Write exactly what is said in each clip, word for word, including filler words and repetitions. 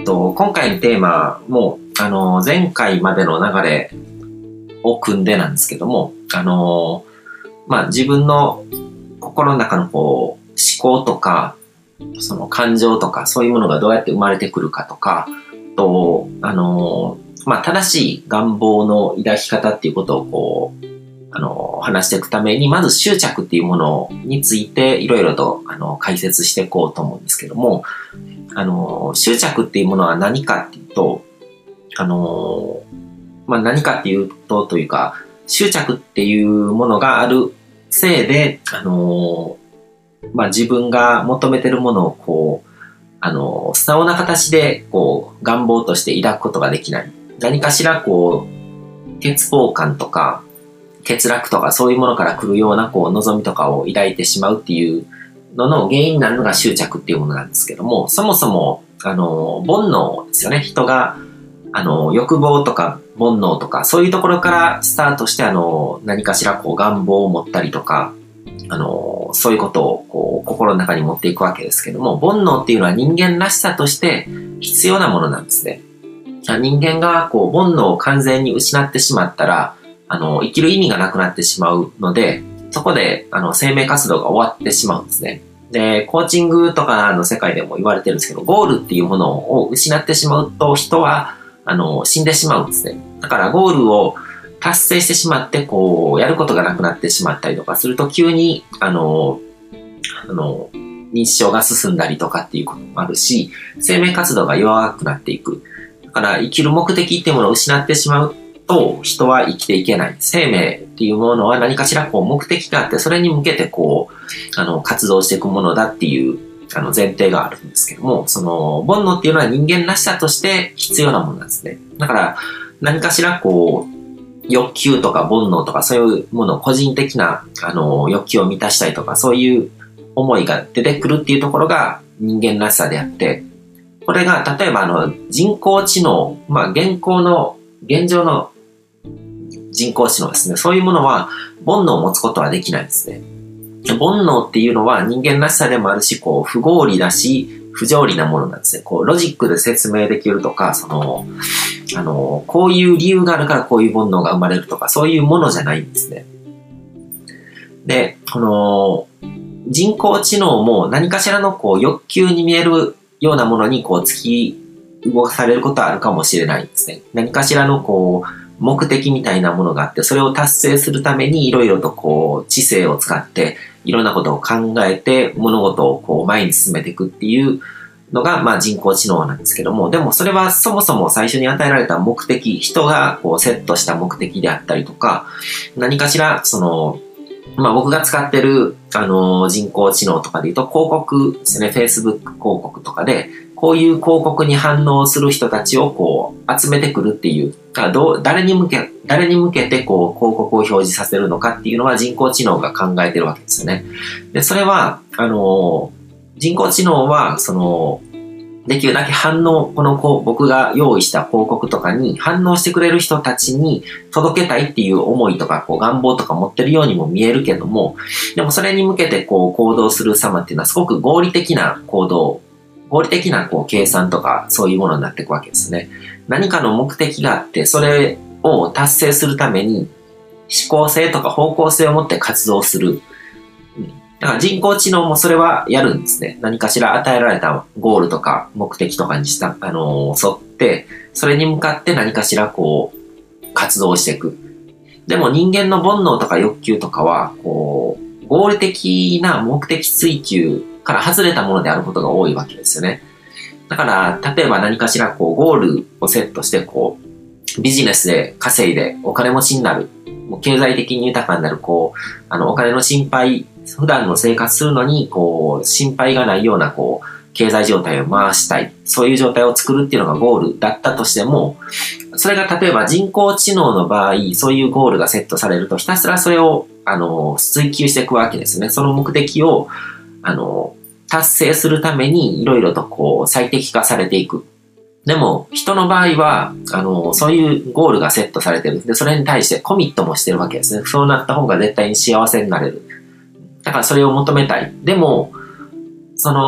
と、今回のテーマも、あの、前回までの流れを組んでなんですけども、あの、まあ、自分の心の中のこう、思考とか、その感情とか、そういうものがどうやって生まれてくるかとか、と、あの、まあ、正しい願望の抱き方っていうことをこう、あの、話していくために、まず執着っていうものについていろいろと、あの、解説していこうと思うんですけども、あの、執着っていうものは何かっていうと、あの、まあ、何かっていうと、というか、執着っていうものがあるせいで、あの、まあ、自分が求めてるものをこう、あの、素直な形で、こう、願望として抱くことができない。何かしらこう、欠乏感とか、欠落とかそういうものから来るようなこう望みとかを抱いてしまうっていうのの原因になるのが執着っていうものなんですけども、そもそもあの煩悩ですよね。人があの欲望とか煩悩とかそういうところからスタートしてあの何かしらこう願望を持ったりとか、あのそういうことをこう心の中に持っていくわけですけども、煩悩っていうのは人間らしさとして必要なものなんですね。人間がこう煩悩を完全に失ってしまったらあの、生きる意味がなくなってしまうので、そこで、あの、生命活動が終わってしまうんですね。で、コーチングとかの世界でも言われてるんですけど、ゴールっていうものを失ってしまうと、人は、あの、死んでしまうんですね。だから、ゴールを達成してしまって、こう、やることがなくなってしまったりとかすると、急に、あの、あの、認知症が進んだりとかっていうこともあるし、生命活動が弱くなっていく。だから、生きる目的っていうものを失ってしまうと人は生きていけない。生命っていうものは何かしらこう目的があって、それに向けてこう、あの、活動していくものだっていう、あの、前提があるんですけども、その、煩悩っていうのは人間らしさとして必要なものなんですね。だから、何かしらこう、欲求とか煩悩とかそういうものを個人的な、あの、欲求を満たしたいとか、そういう思いが出てくるっていうところが人間らしさであって、これが、例えばあの、人工知能、まあ、現行の、現状の人工知能ですね。そういうものは煩悩を持つことはできないですね。煩悩っていうのは人間らしさでもあるし、こう、不合理だし、不条理なものなんですね。こう、ロジックで説明できるとか、その、あの、こういう理由があるからこういう煩悩が生まれるとか、そういうものじゃないんですね。で、この、人工知能も何かしらのこう、欲求に見えるようなものにこう、突き動かされることはあるかもしれないんですね。何かしらのこう、目的みたいなものがあって、それを達成するためにいろいろとこう、知性を使って、いろんなことを考えて、物事をこう、前に進めていくっていうのが、まあ人工知能なんですけども、でもそれはそもそも最初に与えられた目的、人がこう、セットした目的であったりとか、何かしら、その、まあ僕が使ってる、あの、人工知能とかで言うと、広告ですね、Facebook 広告とかで、こういう広告に反応する人たちをこう集めてくるっていう、どう誰に向け、誰に向けてこう広告を表示させるのかっていうのは人工知能が考えてるわけですよね。で、それは、あの、人工知能は、その、できるだけ反応、このこう僕が用意した広告とかに反応してくれる人たちに届けたいっていう思いとか、こう願望とか持ってるようにも見えるけども、でもそれに向けてこう行動する様っていうのはすごく合理的な行動、合理的なこう計算とかそういうものになっていくわけですね。何かの目的があって、それを達成するために思考性とか方向性を持って活動する。だから人工知能もそれはやるんですね。何かしら与えられたゴールとか目的とかにした、あのー、沿って、それに向かって何かしらこう、活動していく。でも人間の煩悩とか欲求とかは、こう、合理的な目的追求から外れたものであることが多いわけですよね。だから、例えば何かしらこう、ゴールをセットして、こう、ビジネスで稼いでお金持ちになる。もう経済的に豊かになる、こう、あの、お金の心配、普段の生活するのに、こう、心配がないような、こう、経済状態を回したい。そういう状態を作るっていうのがゴールだったとしても、それが例えば人工知能の場合、そういうゴールがセットされると、ひたすらそれを、あの、追求していくわけですね。その目的を、あの、達成するために、いろいろとこう、最適化されていく。でも、人の場合は、あの、そういうゴールがセットされてる。で、それに対してコミットもしてるわけですね。そうなった方が絶対に幸せになれる。だからそれを求めたい。でも、その、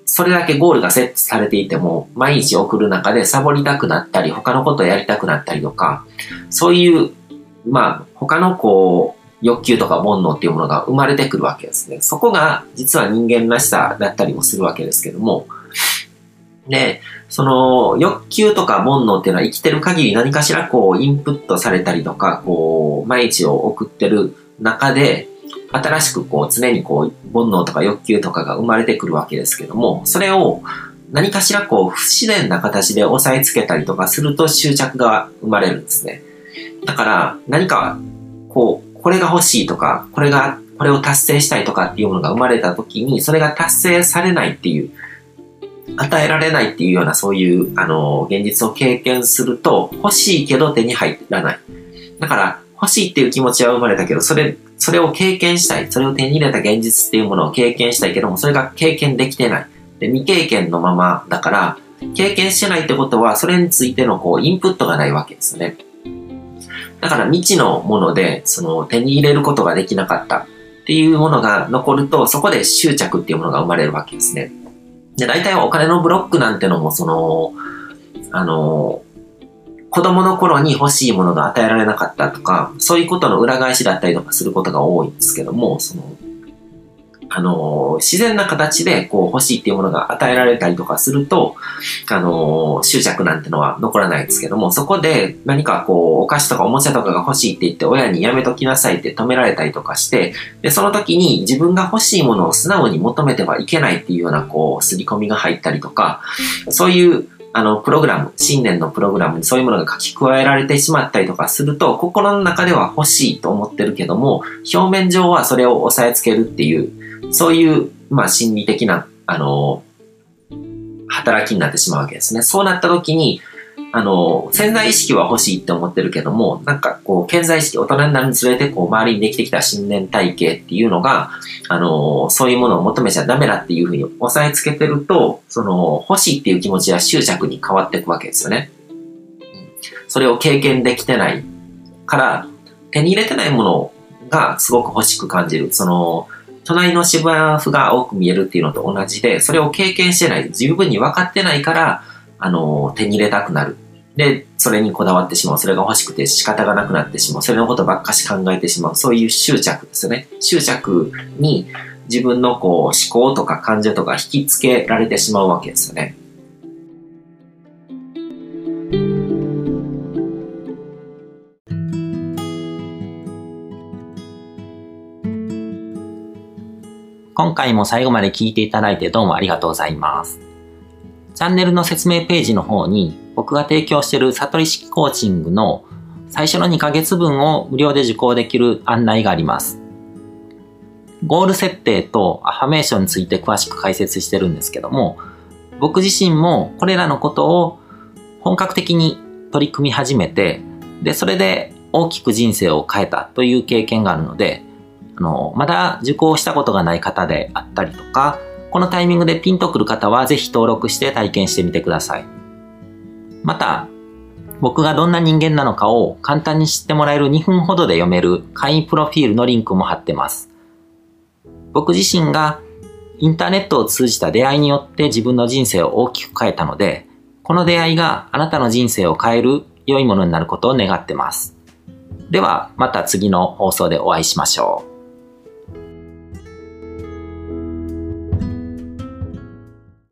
それだけゴールがセットされていても、毎日送る中でサボりたくなったり、他のことをやりたくなったりとか、そういう、まあ、他のこう、欲求とか煩悩っていうものが生まれてくるわけですね。そこが実は人間らしさだったりもするわけですけども、で、その欲求とか煩悩っていうのは生きてる限り何かしらこうインプットされたりとか、こう、毎日を送ってる中で、新しくこう常にこう煩悩とか欲求とかが生まれてくるわけですけども、それを何かしらこう不自然な形で押さえつけたりとかすると執着が生まれるんですね。だから何かこう、これが欲しいとか、これが、これを達成したいとかっていうものが生まれた時に、それが達成されないっていう、与えられないっていうようなそういう、あの、現実を経験すると、欲しいけど手に入らない。だから、欲しいっていう気持ちは生まれたけど、それ、それを経験したい。それを手に入れた現実っていうものを経験したいけども、それが経験できてない。で、未経験のままだから、経験してないってことは、それについてのこう、インプットがないわけですね。だから未知のもので、その手に入れることができなかったっていうものが残ると、そこで執着っていうものが生まれるわけですね。で、大体お金のブロックなんてのも、その、あの、子供の頃に欲しいものが与えられなかったとか、そういうことの裏返しだったりとかすることが多いんですけども、その、あの、自然な形でこう欲しいっていうものが与えられたりとかすると、あの、執着なんてのは残らないんですけども、そこで何かこう、お菓子とかおもちゃとかが欲しいって言って親にやめときなさいって止められたりとかして、で、その時に自分が欲しいものを素直に求めてはいけないっていうようなこう、刷り込みが入ったりとか、そういうあの、プログラム、信念のプログラムにそういうものが書き加えられてしまったりとかすると、心の中では欲しいと思ってるけども、表面上はそれを押さえつけるっていう、そういう、まあ、心理的な、あの、働きになってしまうわけですね。そうなった時に、あの、潜在意識は欲しいって思ってるけども、なんかこう、潜在意識、大人になるにつれて、こう、周りにできてきた信念体系っていうのが、あの、そういうものを求めちゃダメだっていうふうに押さえつけてると、その、欲しいっていう気持ちは執着に変わっていくわけですよね。それを経験できてないから、手に入れてないものがすごく欲しく感じる。その、隣の芝生が青く見えるっていうのと同じで、それを経験してない、十分に分かってないから、あの、手に入れたくなる。で、それにこだわってしまう。それが欲しくて仕方がなくなってしまう。それのことばっかし考えてしまう。そういう執着ですよね。執着に自分のこう思考とか感情とか引きつけられてしまうわけですよね。今回も最後まで聞いていただいてどうもありがとうございます。チャンネルの説明ページの方に僕が提供している悟り式コーチングの最初のにかげつぶんを無料で受講できる案内があります。ゴール設定とアファメーションについて詳しく解説してるんですけども、僕自身もこれらのことを本格的に取り組み始めて、で、それで大きく人生を変えたという経験があるので、あの、まだ受講したことがない方であったりとか、このタイミングでピンとくる方はぜひ登録して体験してみてください。また、僕がどんな人間なのかを簡単に知ってもらえるにふんほどで読める会員プロフィールのリンクも貼ってます。僕自身がインターネットを通じた出会いによって自分の人生を大きく変えたので、この出会いがあなたの人生を変える良いものになることを願ってます。では、また次の放送でお会いしましょう。